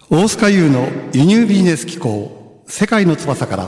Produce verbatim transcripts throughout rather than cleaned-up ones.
大須賀優の輸入ビジネス機構世界の翼から。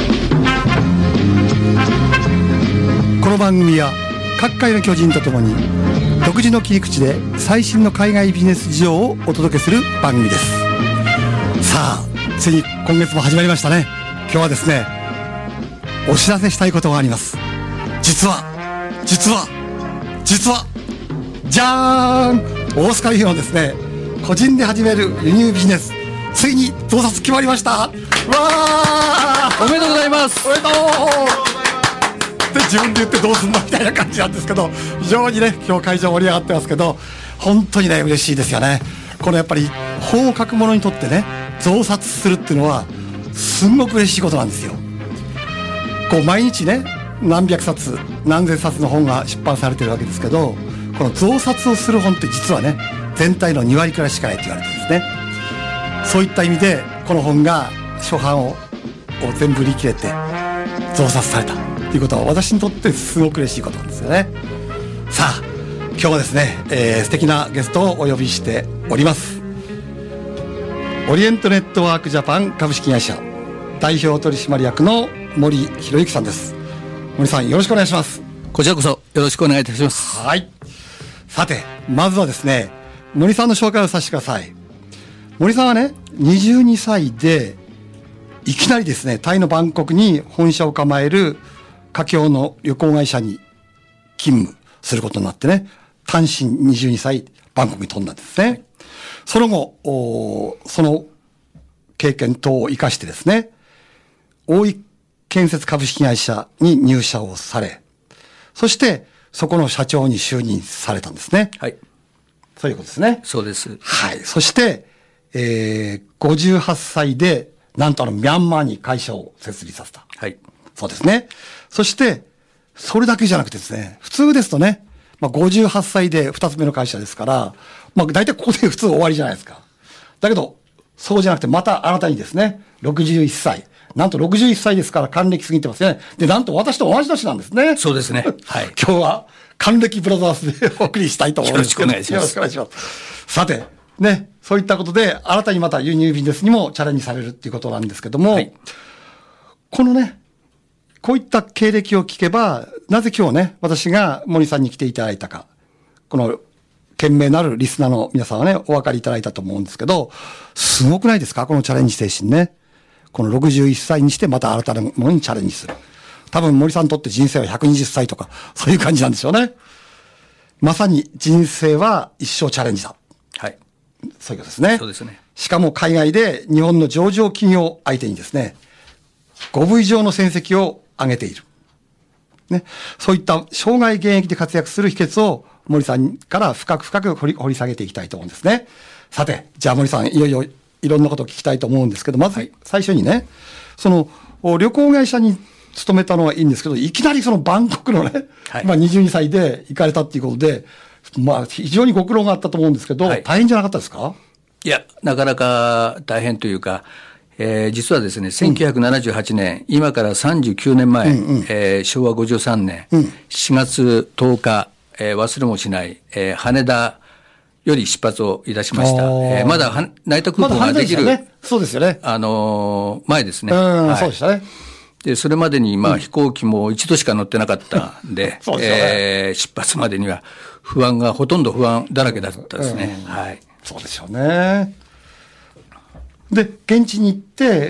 この番組は各界の巨人とともに独自の切り口で最新の海外ビジネス事情をお届けする番組です。さあ、ついに今月も始まりましたね。今日はですね、お知らせしたいことがあります。実は実は実はじゃーん、大須賀優のですね、個人で始める輸入ビジネス、ついに増刷決まりました。わー、 おめでとうございます。 おめでとうで自分で言ってどうすんのみたいな感じなんですけど、非常にね今日会場盛り上がってますけど、本当にね嬉しいですよね。このやっぱり本を書く者にとってね、増刷するっていうのはすんごく嬉しいことなんですよ。こう毎日ね何百冊何千冊の本が出版されてるわけですけど、この増刷をする本って実はね全体のに割くらいしかないって言われてるんですね。そういった意味でこの本が初版を全部売り切れて増刷されたということは私にとってすごく嬉しいことなんですよね。さあ今日はですね、えー、素敵なゲストをお呼びしております。オリエントネットワークジャパン株式会社代表取締役の森博之さんです。森さん、よろしくお願いします。 こちらこそよろしくお願いいたします。 はい。さてまずはですね、森さんの紹介をさせてください。森さんはねにじゅうにさいでいきなりですね、タイのバンコクに本社を構える華僑の旅行会社に勤務することになってね、単身にじゅうにさいバンコクに飛んだんですね。はい、その後その経験等を生かしてですね、大井建設株式会社に入社をされ、そしてそこの社長に就任されたんですね。 はい、 そういうことですね。 そうです。 はい。そして、えー、ごじゅうはっさいで、なんとあの、ミャンマーに会社を設立させた。 はい。 そうですね。そして、それだけじゃなくてですね、普通ですとね、まあ、ごじゅうはっさいでふたつめの会社ですから、まあ、大体ここで普通終わりじゃないですか。だけど、そうじゃなくて、また新たにですね、ろくじゅういっさい。なんとろくじゅういっさいですから還暦過ぎてますね。で、なんと私と同じ年なんですね。 そうですね。はい。 今日は還暦ブラザーズでお送りしたいと思いますけど。 よろしくお願いします。 よろしくお願いします。さて、ね、そういったことで、新たにまた輸入ビジネスにもチャレンジされるっていうことなんですけども、はい、このね、こういった経歴を聞けば、なぜ今日ね、私が森さんに来ていただいたか、この、懸命なるリスナーの皆さんはね、お分かりいただいたと思うんですけど、すごくないですか？このチャレンジ精神ね。このろくじゅういっさいにしてまた新たなものにチャレンジする。多分森さんにとって人生はひゃくにじゅっさいとか、そういう感じなんでしょうね。まさに人生は一生チャレンジだ。 はい。 そういうことですね。 そうですね。 しかも海外で日本の上場企業相手にですね、ごぶ以上の戦績を上げている。ね。そういった生涯現役で活躍する秘訣を森さんから深く深く掘り、掘り下げていきたいと思うんですね。さて、じゃあ森さん、いよいよいろんなことを聞きたいと思うんですけど、まず最初にね、はい、その旅行会社に勤めたのはいいんですけど、いきなりそのバンコクのね、はい、まあにじゅうにさいで行かれたっていうことで、まあ非常にご苦労があったと思うんですけど、はい、大変じゃなかったですか？ いや、なかなか大変というか、えー、実はですね、せんきゅうひゃくななじゅうはちねん、うん、今からさんじゅうきゅうねんまえ、うんうん、えー、しょうわごじゅうさんねん、うん、しがつとおか、えー、忘れもしない、えー、羽田より出発をいたしました。えー、まだ成田空港ができる、まね、そうですよね。 あのー、前ですね。 うん、 はい、 そうでしたね。 で、それまでに、まあ、うん、飛行機も一度しか乗ってなかったんで、 そうですよね、 えー、出発までには不安が、ほとんど不安だらけだったですね。 うん、 はい。 そうですよね。で、現地に行って、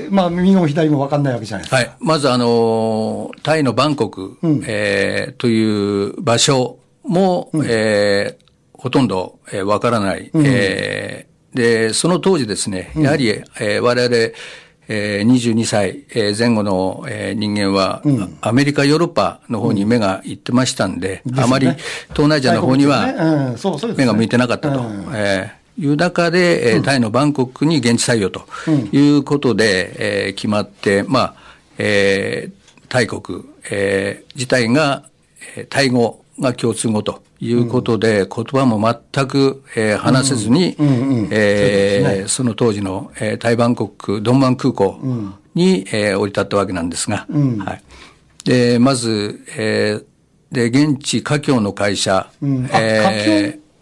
まあ、右も左も分かんないわけじゃないですか。 はい。まず、あのー、タイのバンコク、うん、えー、という場所も、うん、えー、ほとんど、えー、わからない、うん、えー。で、その当時ですね、やはり、うん、えー、我々、えー、にじゅうにさい前後の、えー、人間は、うん、アメリカ、ヨーロッパの方に目が行ってましたんで、うん、あまり東南アジアの方には目が向いてなかったと、えー、いう中で、えー、タイのバンコクに現地採用ということで、えー、決まって、まあ、えー、タイ国、えー、自体が、えー、タイ語が共通語ということで、うん、言葉も全く、えー、話せずに、その当時の、えー、タイバンコクドンマン空港に、うんえー、降り立ったわけなんですが、うんはい、でまず、えー、で現地華僑の会社、 うんえー、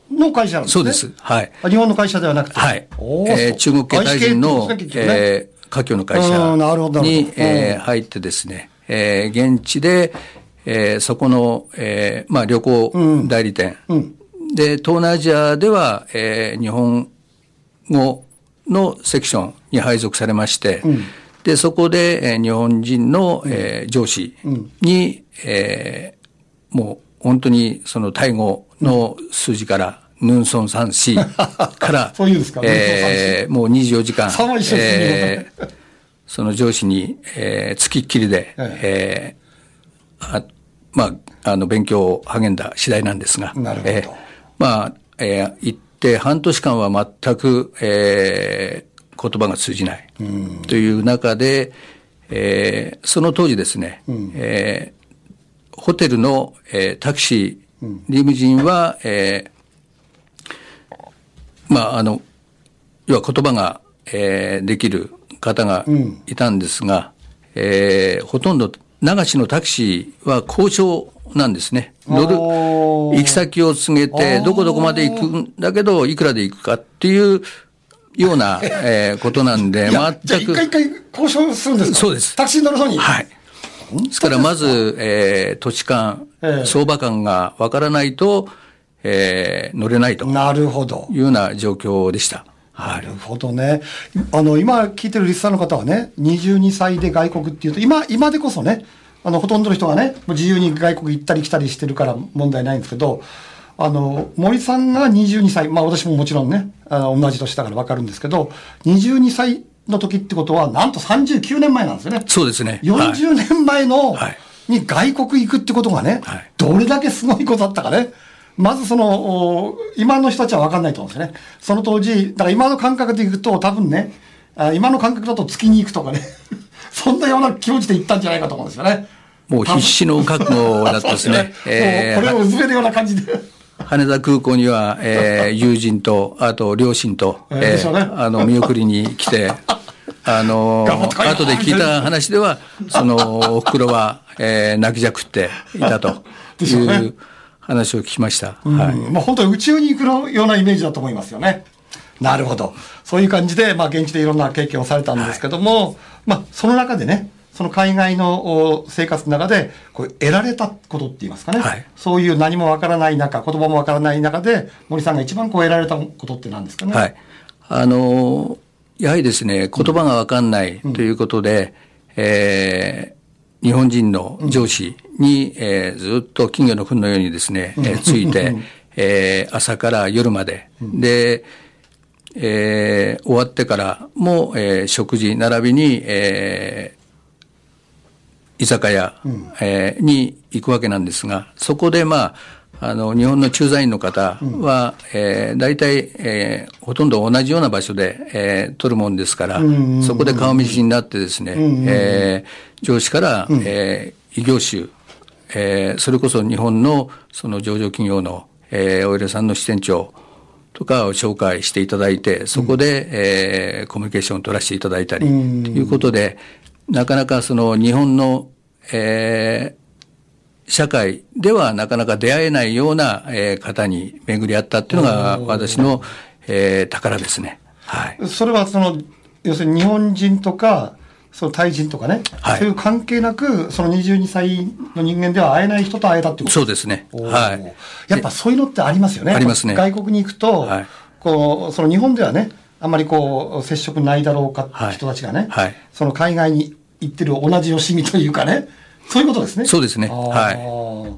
の会社なんですね。 そうです。はい。 日本の会社ではなくて。 はい。えー、中国系タイ人の、ねえー、華僑の会社に、えー、入ってですね、えー、現地で、えー、そこの、えー、まあ旅行代理店、うんうん、で、東南アジアでは、えー、日本語のセクションに配属されまして、うん、で、そこで、えー、日本人の、えー、上司に、うん、えー、もう本当にそのタイ語の数字から、ヌンソンサンシーから、 そういうんですか、 えー、もうにじゅうよじかん、 えー、 その上司に、えー、つきっきりで、えー、あまあ、あの、勉強を励んだ次第なんですが、 なるほど。えー、 まあ、えー、行って半年間は全く、えー、言葉が通じないという中で、えー、その当時ですね、うん、えー、ホテルの、えー、タクシー、リムジンは、えー、まあ、あの、要は言葉が、えー、できる方がいたんですが、うん、えー、ほとんど流しのタクシーは交渉なんですね。乗る、行き先を告げて、どこどこまで行くんだけど、いくらで行くかっていうような、えー、ことなんで、全く。 じゃあ一回一回交渉するんですか？ そうです。 タクシー乗るのに。 はい。ですから、まず、えー、土地勘、えー、相場感がわからないと、えー、乗れないと。 なるほど。 いうような状況でした。 なるほどね。あの、今聞いてるリスナーの方はね、にじゅうにさいで外国っていうと、今、今でこそね、あの、ほとんどの人がね、自由に外国行ったり来たりしてるから問題ないんですけど、あの、森さんがにじゅうにさい、まあ私ももちろんね、あの同じ年だからわかるんですけど、にじゅうにさいの時ってことは、なんとさんじゅうきゅうねんまえなんですよね。 そうですね。 よんじゅうねんまえの、はい、に外国行くってことがね、はい、どれだけすごいことだったかね。まずその、今の人たちは分かんないと思うんですよね。その当時、だから今の感覚で行くと多分ね、今の感覚だと月に行くとかね、そんなような気持ちで行ったんじゃないかと思うんですよね。 もう必死の覚悟だったですね。 えー、これをうずめるような感じで。 羽田空港には、えー、友人と、あと両親と、えーね、あの、見送りに来て、あの、後で聞いた話では、その、お袋は、えー、泣きじゃくっていたという話を聞きました。 はい。まあ本当に宇宙に行くようなイメージだと思いますよね。なるほど。そういう感じで、まあ現地でいろんな経験をされたんですけども、はい、まあその中でね、その海外の生活の中で、こう得られたことって言いますかね。はい、そういう何もわからない中、言葉もわからない中で、森さんが一番こう得られたことって何ですかね。 はい。あの、やはりですね、言葉がわかんないということで、うん、えー、日本人の上司に、うん、えー、ずっと金魚の糞のようにですね、うん、えー、ついて、えー、朝から夜まで、うん、で、えー、終わってからも、えー、食事並びに、えー居酒屋、うんえー、に行くわけなんですが、そこで、まあ、あの、日本の駐在員の方は、うんえー、大体、えー、ほとんど同じような場所で、えー、取るもんですから、うんうんうん、そこで顔見知りになってですね、うんうんうんえー、上司から、うんえー、異業種、えー、それこそ日本のその上場企業の、えー、お偉さんの支店長とかを紹介していただいて、そこで、うんえー、コミュニケーションを取らせていただいたり、うん、ということで、なかなかその日本の、えー、社会ではなかなか出会えないような、えー、方に巡り合ったっていうのが私の、えー、宝ですね。はい。 それはその、要するに日本人とか、そのタイ人とかね、はい、そういう関係なく、そのにじゅうにさいの人間では会えない人と会えたってことですか？ そうですね。はい。 やっぱそういうのってありますよね。 ありますね。 外国に行くと、はい、こう、その日本ではね、あんまりこう、接触ないだろうかって人たちがね、はいはい、その海外に行ってる同じよしみというかね、そういうことですね。 そうですね。はい。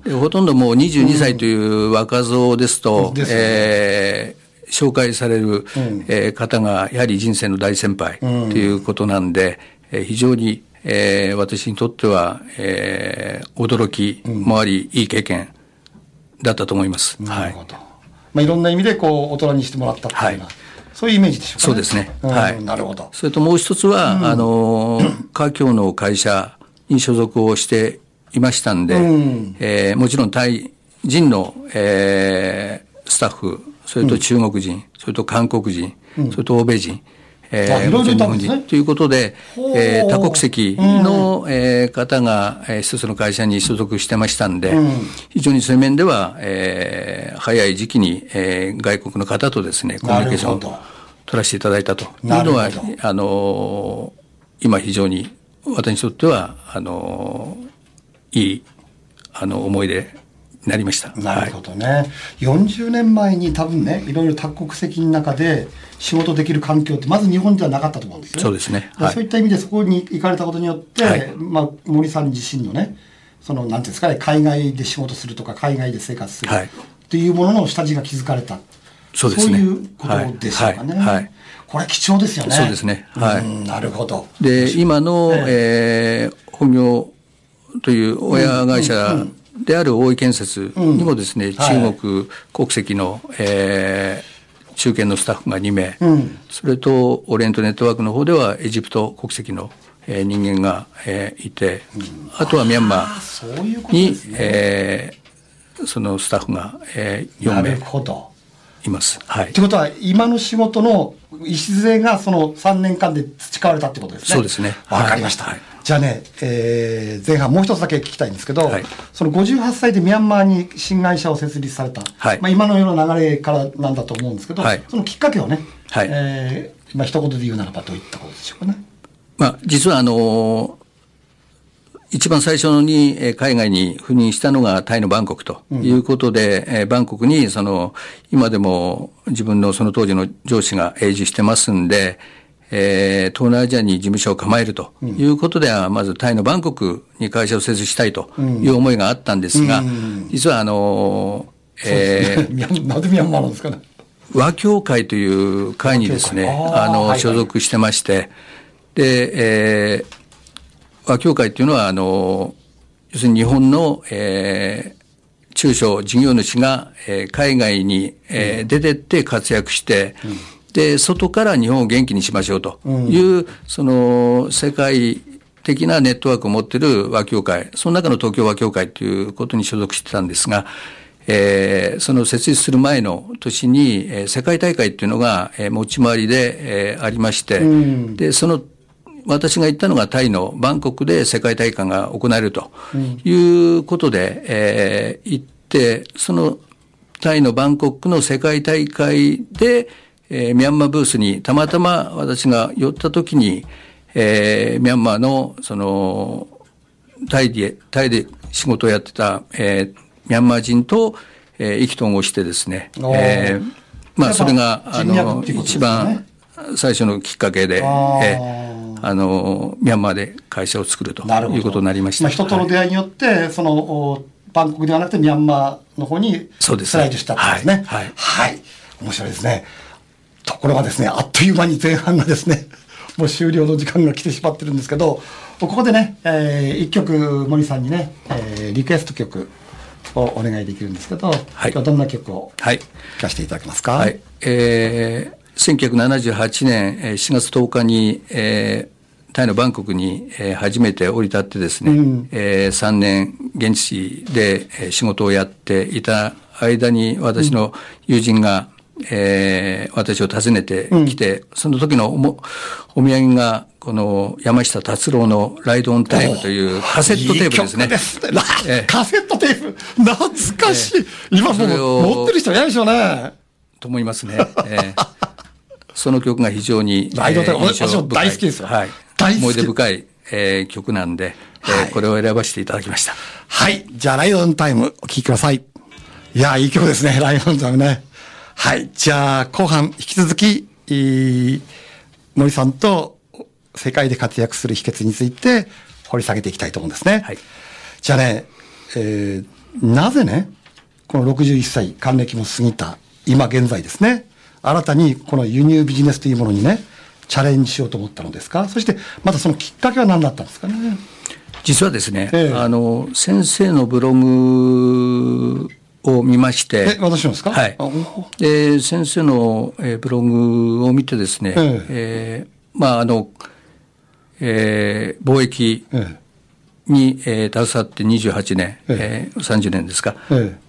ほとんどもうにじゅうにさいという若造ですと、うんですねえー、紹介される、うんえー、方がやはり人生の大先輩ということなんで、うん、非常に、えー、私にとっては、えー、驚きもあり、うん、いい経験だったと思います。 なるほど。はいまあ、いろんな意味でこう大人にしてもらったっていうような、はいそういうイメージでしょうかね。 そうですね。はい。 なるほど。 それともう一つは、うん、あの、華僑の会社に所属をしていましたんで、うんえー、もちろんタイ人の、えー、スタッフ、それと中国人、うん、それと韓国人、うん、それと欧米人、 えー、 いろいろいたんですね。 ということで、えー、多国籍の、うんえー、方が、えー、一つの会社に所属してましたんで、うん、非常にそういう面では、えー、早い時期に、えー、外国の方とですねコミュニケーションを取らせていただいたというのは、あのー、今非常に私にとってはあのー、いいあの思い出なりました。 なるほどね、はい、よんじゅうねんまえに多分ねいろいろ多国籍の中で仕事できる環境ってまず日本ではなかったと思うんですよね。 そうですね、はい、 そういった意味でそこに行かれたことによって、はいまあ、森さん自身のねそのなんていうんですかね海外で仕事するとか海外で生活するっていうものの下地が築かれた、 そうですね、 そういうことでしょうかね、はいはいはい、これ貴重ですよね。 そうですね、はい、 うんなるほど。 で今の、えー、本業という親会社、うんうんである大井建設にもですね、うん、中国国籍の、えー、中堅のスタッフがにめい、うん、それとオリエントネットワークの方ではエジプト国籍の、えー、人間が、えー、いて、うん、あとはミャンマーに、ねえー、そのスタッフが、えー、よんめいいます。はい、 ということは今の仕事の礎がそのさんねんかんで培われたってことですね。 そうですね。 わかりました。はい、じゃあね、えー、前半もう一つだけ聞きたいんですけど、はい、そのごじゅうはっさいでミャンマーに新会社を設立された、はいまあ、今のような流れからなんだと思うんですけど、はい、そのきっかけをね、はいえーまあ一言で言うならばどういったことでしょうかね。 まあ、実はあのー一番最初に海外に赴任したのがタイのバンコクということで、うん、バンコクにその今でも自分のその当時の上司が永住してますんで、えー、東南アジアに事務所を構えるということでは、まずタイのバンコクに会社を設立したいという思いがあったんですが、うん、実はあの、 えー、なぜミャンマーなんですかね。 和協会という会にですね、あの、所属してまして、で、えー和協会というのはあの要するに日本の、えー、中小事業主が、えー、海外に、えー、出てって活躍して、うん、で外から日本を元気にしましょうという、うん、その世界的なネットワークを持っている和協会、その中の東京和協会ということに所属してたんですが、えー、その設立する前の年に、えー、世界大会というのが、えー、持ち回りで、えー、ありまして、うん、でその私が行ったのがタイのバンコクで世界大会が行われるということで、うんえー、行って、そのタイのバンコクの世界大会で、えー、ミャンマーブースにたまたま私が寄った時に、えー、ミャンマーのそのタイで、タイで仕事をやってた、えー、ミャンマー人と、えー、意気投合してですね、えー、まあそれがあの一番最初のきっかけで、えーあのミャンマーで会社を作るということになりました。 まあ、人との出会いによって、はい、そのバンコクではなくてミャンマーの方にスライドしたんですね。はい、はいはい、面白いですね。ところがですね、あっという間に前半がですねもう終了の時間が来てしまってるんですけど、ここでね、えー、いっきょく森さんにね、えー、リクエスト曲をお願いできるんですけど、はい、今日はどんな曲を聴かせていただけますか。 はい、えーせんきゅうひゃくななじゅうはちねんしがつとおかに、えー、タイのバンコクに、えー、初めて降り立ってですね、うんえー、さんねん現地で、えー、仕事をやっていた間に私の友人が、うんえー、私を訪ねてきて、うん、その時の お, お土産がこの山下達郎のライドオンタイムというカセットテープですね。いいですね、えー、カセットテープ懐かしい、えー、今もう持ってる人いないでしょうね。 と思いますね。えーその曲が非常に、 ライドタイム、私も大好きですよ。 はい。大好き。思い出深い、えー、曲なんで、はいえー、これを選ばせていただきました。 はい。じゃあ、ライドオンタイム、お聴きください。いや、いい曲ですね、ライドオンタイムね。はい。じゃあ、後半、引き続き、森さんと世界で活躍する秘訣について掘り下げていきたいと思うんですね。はい。じゃあね、えー、なぜね、このろくじゅういっさい、還暦も過ぎた、今現在ですね、新たにこの輸入ビジネスというものにねチャレンジしようと思ったのですか。そしてまたそのきっかけは何だったんですかね。 実はですね、ええ、あの先生のブログを見まして、 え私のですか。 はい。で先生の、えー、ブログを見てですね、えええー、まああの、えー、貿易に、えええー、携わってにじゅうはちねん、えええー、さんじゅうねんですか、え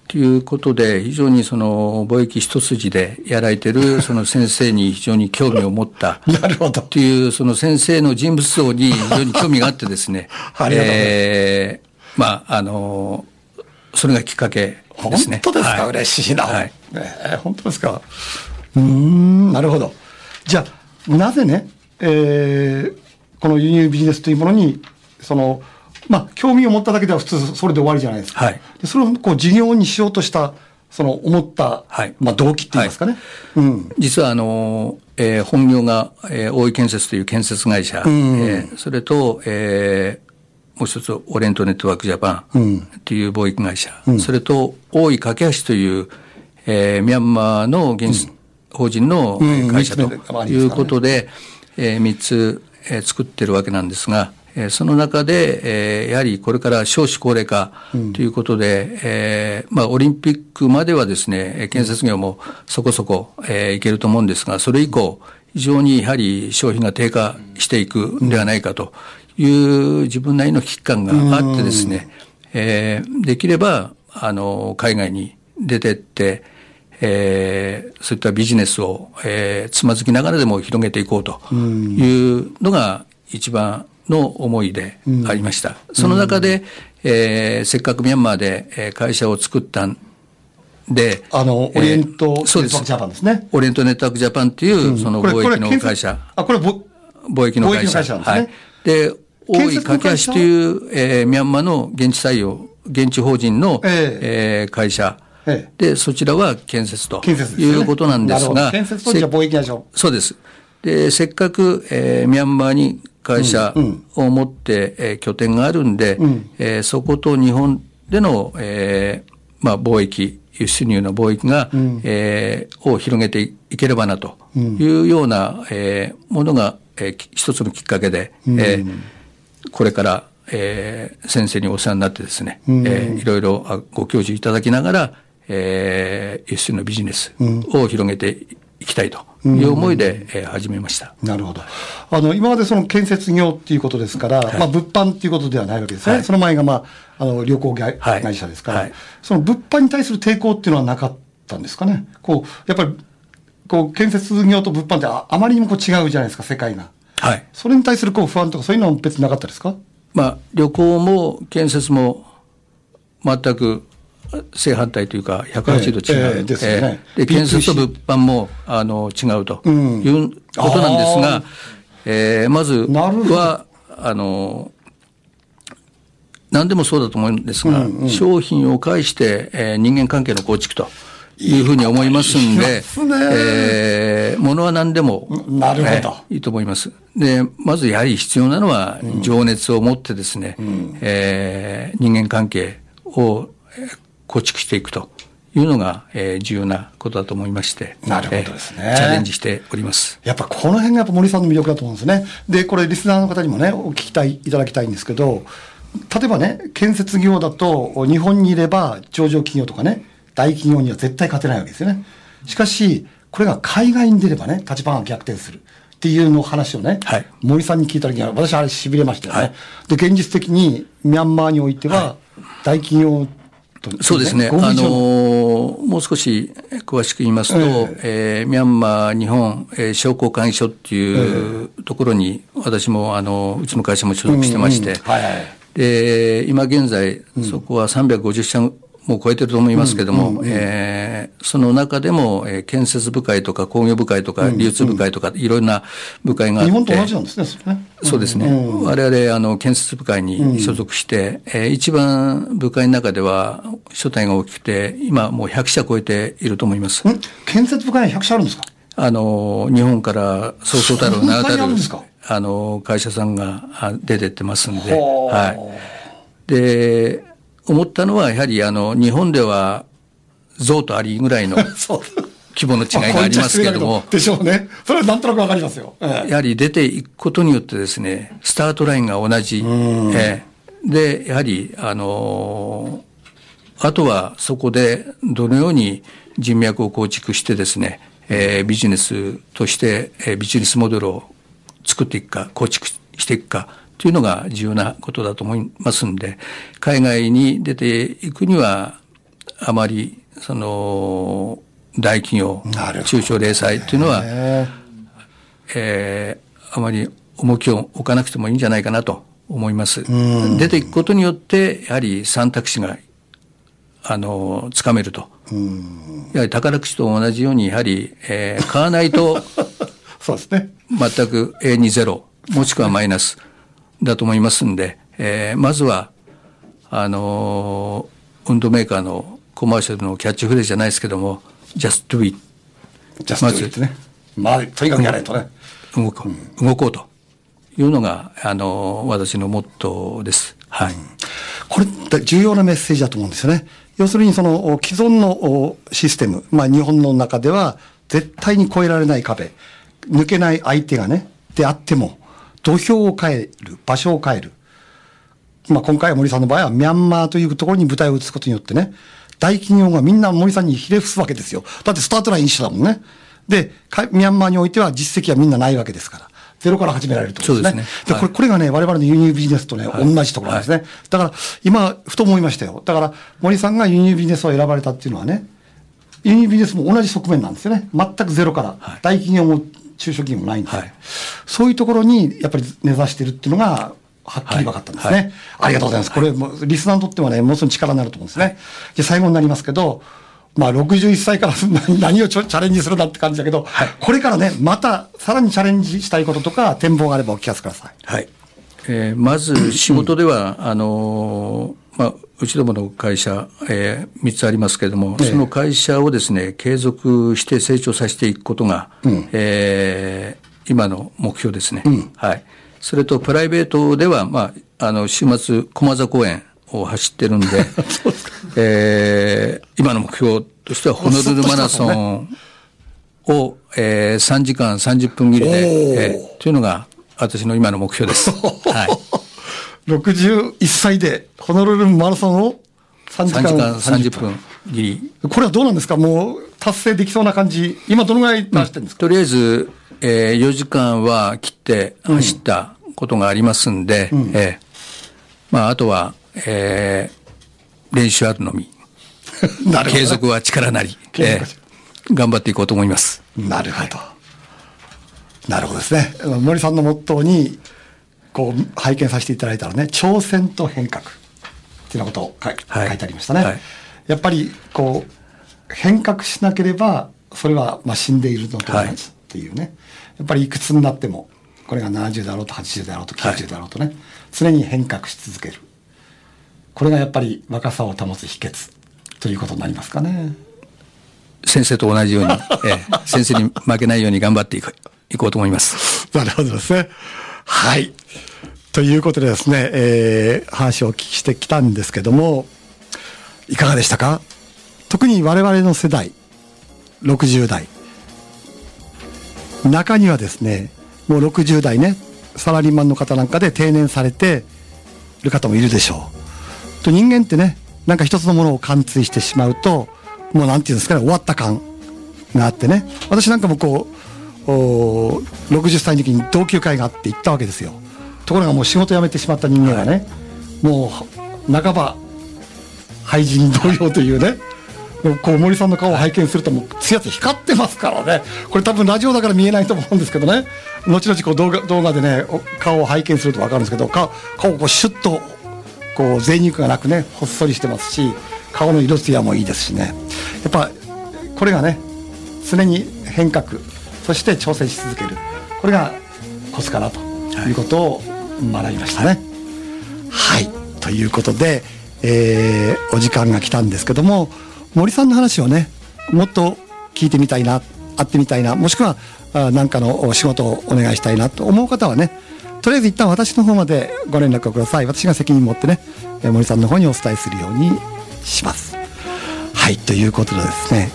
ということで、非常にその貿易一筋でやられているその先生に非常に興味を持ったなるほどという、その先生の人物像に非常に興味があってですね、 ありがとうございます。 えー、まあ、あの、それがきっかけですね。 本当ですか、 はい、 嬉しいな。 はい、 えー、本当ですか。うーん、なるほど。じゃあ、なぜね、えー、この輸入ビジネスというものに、その、まあ、興味を持っただけでは普通それで終わりじゃないですか。 はい、 でそれをこう事業にしようとした、その思った、はい、まあ、動機って言いますかね。はい、うん、 実はあの、えー、本業が、えー、大井建設という建設会社、うんえー、それと、えー、もう一つオリエントネットワークジャパンという貿易会社、うん、それと大井架橋という、えー、ミャンマーの現実、うん、法人の会社ということで、えー、みっつ、えー、作ってるわけなんですが、その中で、えー、やはりこれから少子高齢化ということで、うんえーまあ、オリンピックまではですね、建設業もそこそこ、えー、いけると思うんですが、それ以降、非常にやはり消費が低下していくんではないかという自分なりの危機感があってですね、うんえー、できれば、あの、海外に出てって、えー、そういったビジネスを、えー、つまずきながらでも広げていこうというのが一番の思いでありました。うん、その中で、えー、せっかくミャンマーで、えー、会社を作ったんで、 あの、オリエントネットワークジャパンですね。 オリエントネットワークジャパンっていう、うん、その貿易の会社。 あ、これ貿易の会社。 貿易の会社なんですね。 はい。で、大井架橋という、えー、ミャンマーの現地採用、現地法人の、えーえー、会社。ええ、で、そちらは建設ということなんですが、 建設とじゃ貿易会社。 そうです。で、せっかく、えー、ミャンマーに会社を持って、うんうんえー、拠点があるんで、うんえー、そこと日本での、えーまあ、貿易、輸出入の貿易が、うんえー、を広げていければなというような、えー、ものが、えー、一つのきっかけで、うんえー、これから、えー、先生にお世話になってですね、うんえー、いろいろご教授いただきながら、えー、輸出のビジネスを広げていきたいという思いで、えー、始めました。 なるほど。あの、今までその建設業っていうことですから、はい、まあ物販っていうことではないわけですね。はい、その前がまあ、あの、旅行会社ですから、はいはい、その物販に対する抵抗っていうのはなかったんですかね。こう、やっぱり、こう、建設業と物販って あ, あまりにもこう違うじゃないですか、世界が。はい。それに対するこう不安とかそういうのは別になかったですか？ まあ、旅行も建設も全く、正反対というか、ひゃくはちど違う。えーえーですよね、えー、で建設と物販もあの違うということなんですが、うんえー、まずはあの、何でもそうだと思うんですが、うんうん、商品を介して、えー、人間関係の構築というふうに思いますんで、えー、ものは何でも、 なるほど、えー、いいと思います。で、まずやはり必要なのは、情熱を持ってですね、うんえー、人間関係を構築していくというのが、えー、重要なことだと思いまして、 なるほどですね、 えー、チャレンジしております。 やっぱこの辺がやっぱ森さんの魅力だと思うんですね。で、これリスナーの方にもね、お聞きたい、いただきたいんですけど、例えばね、建設業だと日本にいれば上場企業とかね、大企業には絶対勝てないわけですよね。しかし、これが海外に出ればね、立場が逆転するっていうの話をね、はい、森さんに聞いたときには、私はあれ痺れましたよね、はい。で、現実的にミャンマーにおいては、大企業、はいそうですね。あのー、もう少し詳しく言いますと、えーえー、ミャンマー、日本、えー、商工会議所っていうところに、私も、あの、うちの会社も所属してまして、で、今現在、そこはさんびゃくごじゅっしゃもう超えてると思いますけども、うんうんうんえー、その中でも、えー、建設部会とか工業部会とか流通部会とか、いろんな部会があって。 日本と同じなんですね、それね。 そうですね。うんうん、我々、あの、建設部会に所属して、うんえー、一番部会の中では、所帯が大きくて、今もうひゃくしゃ超えていると思います。 ん建設部会にひゃくしゃあるんですか？ あの、日本からそうそうたる名だたる、あの、会社さんが出てってますんで、はい。で、思ったのは、やはりあの、日本では象とアリぐらいの規模の違いがありますけれども。 でしょうね。それはなんとなくわかりますよ。 やはり出ていくことによってですね、スタートラインが同じ。えー、で、やはり、あのー、あとはそこでどのように人脈を構築してですね、えー、ビジネスとして、えー、ビジネスモデルを作っていくか、構築していくか、というのが重要なことだと思いますんで、海外に出ていくには、 あまりその大企業中小零細というのは、えー、あまり重きを置かなくてもいいんじゃないかなと思います。出ていくことによってやはり選択肢があのつかめると。やはり宝くじと同じようにやはり、えー、買わないとそうですね、 全く永遠にゼロもしくはマイナスだと思いますんで、えー、まずはあのー、運動メーカーのコマーシャルのキャッチフレーズじゃないですけども、Just do it。 Just do it ね。まあ、とにかくやらないとね。 動こう、うん、動こうというのが、あのー、私のモットーです。はい。うん、 これ、重要なメッセージだと思うんですよね。要するに、その、既存のシステム、まあ、日本の中では、絶対に越えられない壁、抜けない相手がね、であっても、土俵を変える、場所を変える。まあ、今回は森さんの場合はミャンマーというところに舞台を移すことによってね、大企業がみんな森さんにひれ伏すわけですよ。だってスタートライン一緒だもんね。で、ミャンマーにおいては実績はみんなないわけですから。ゼロから始められるということですね。そうですね。はい、でこれ、これがね、我々の輸入ビジネスとね、はい、同じところなんですね。はい、だから、今、ふと思いましたよ。だから、森さんが輸入ビジネスを選ばれたっていうのはね、輸入ビジネスも同じ側面なんですよね。全くゼロから。はい、大企業も中小企業もないんですよ。はい、そういうところに、やっぱり根ざしてるっていうのが、はっきり分かったんですね。はいはい、ありがとうございます。これ、もリスナーにとってはね、ものすごい力になると思うんですね。はい、で、最後になりますけど、まあ、ろくじゅういっさいから何をチャレンジするんだって感じだけど、はい、これからね、また、さらにチャレンジしたいこととか、展望があればお聞かせください。 はい。えー、まず、仕事では、あのー、まあ、うちどもの会社、えー、みっつありますけれども、えー、その会社をですね、継続して成長させていくことが、うん、えー、今の目標ですね。うん、はい。それとプライベートでは、まあ、あの週末駒沢公園を走ってるんでえー、今の目標としてはホノルルマラソンを、えー、さんじかんさんじゅっぷん切りで、えー、というのが私の今の目標です、はい、 ろくじゅういっさいでホノルルマラソンをさんじかんさんじゅっぷん切り。 これはどうなんですか？もう達成できそうな感じ。今どのぐらい出してるんですか？ うん、とりあえずえー、よじかんは切って走ったことがありますんで、うん、えーまあ、あとは、えー、練習あるのみ継続は力なり、えー、頑張っていこうと思います。 なるほど、はい、なるほどですね。森さんのモットーにこう拝見させていただいたらね、挑戦と変革っていうようなことを書い、はい、書いてありましたね、はい、やっぱりこう変革しなければそれはまあ死んでいるのと同じっていうね、はい、やっぱりいくつになっても、これがななじゅうであろうとはちじゅうであろうときゅうじゅうであろうとね、はい、常に変革し続ける。これがやっぱり若さを保つ秘訣ということになりますかね。 先生と同じように、えー、先生に負けないように頑張っていく、いこうと思います。 なるほどですね。はい。ということでですね、えー、話をお聞きしてきたんですけども、いかがでしたか？特に我々の世代、ろくじゅうだい。中にはですね、もうろくじゅうだいね、サラリーマンの方なんかで定年されてる方もいるでしょう。と人間ってね、なんか一つのものを貫通してしまうと、もうなんていうんですかね、終わった感があってね。私なんかもこう、おろくじゅっさいの時に同級会があって行ったわけですよ。ところがもう仕事辞めてしまった人間がね、はい、もう半ば廃人同様というね、こう森さんの顔を拝見するともうつやつ光ってますからね。これ多分ラジオだから見えないと思うんですけどね、後々こう動画、動画でね顔を拝見すると分かるんですけど、顔顔こうシュッとこう贅肉がなくね、ほっそりしてますし、顔の色艶もいいですしね。やっぱこれがね、常に変革、そして挑戦し続ける、これがコツかなということを学びましたね。はい、はい、ということで、えー、お時間が来たんですけども、森さんの話をね、もっと聞いてみたいな、会ってみたいな、もしくは何かの仕事をお願いしたいなと思う方はね、とりあえず一旦私の方までご連絡をください。私が責任を持ってね、森さんの方にお伝えするようにします。はい、ということでですね、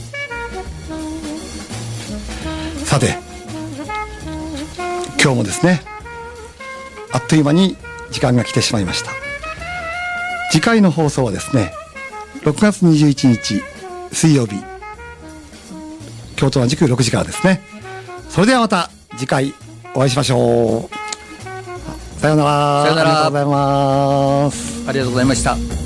さて今日もですね、あっという間に時間が来てしまいました。次回の放送はですね、ろくがつにじゅういちにち水曜日、京都の時刻ろくじからですね。それではまた次回お会いしましょう。さようなら。 さようなら。 ありがとうございます。 ありがとうございました。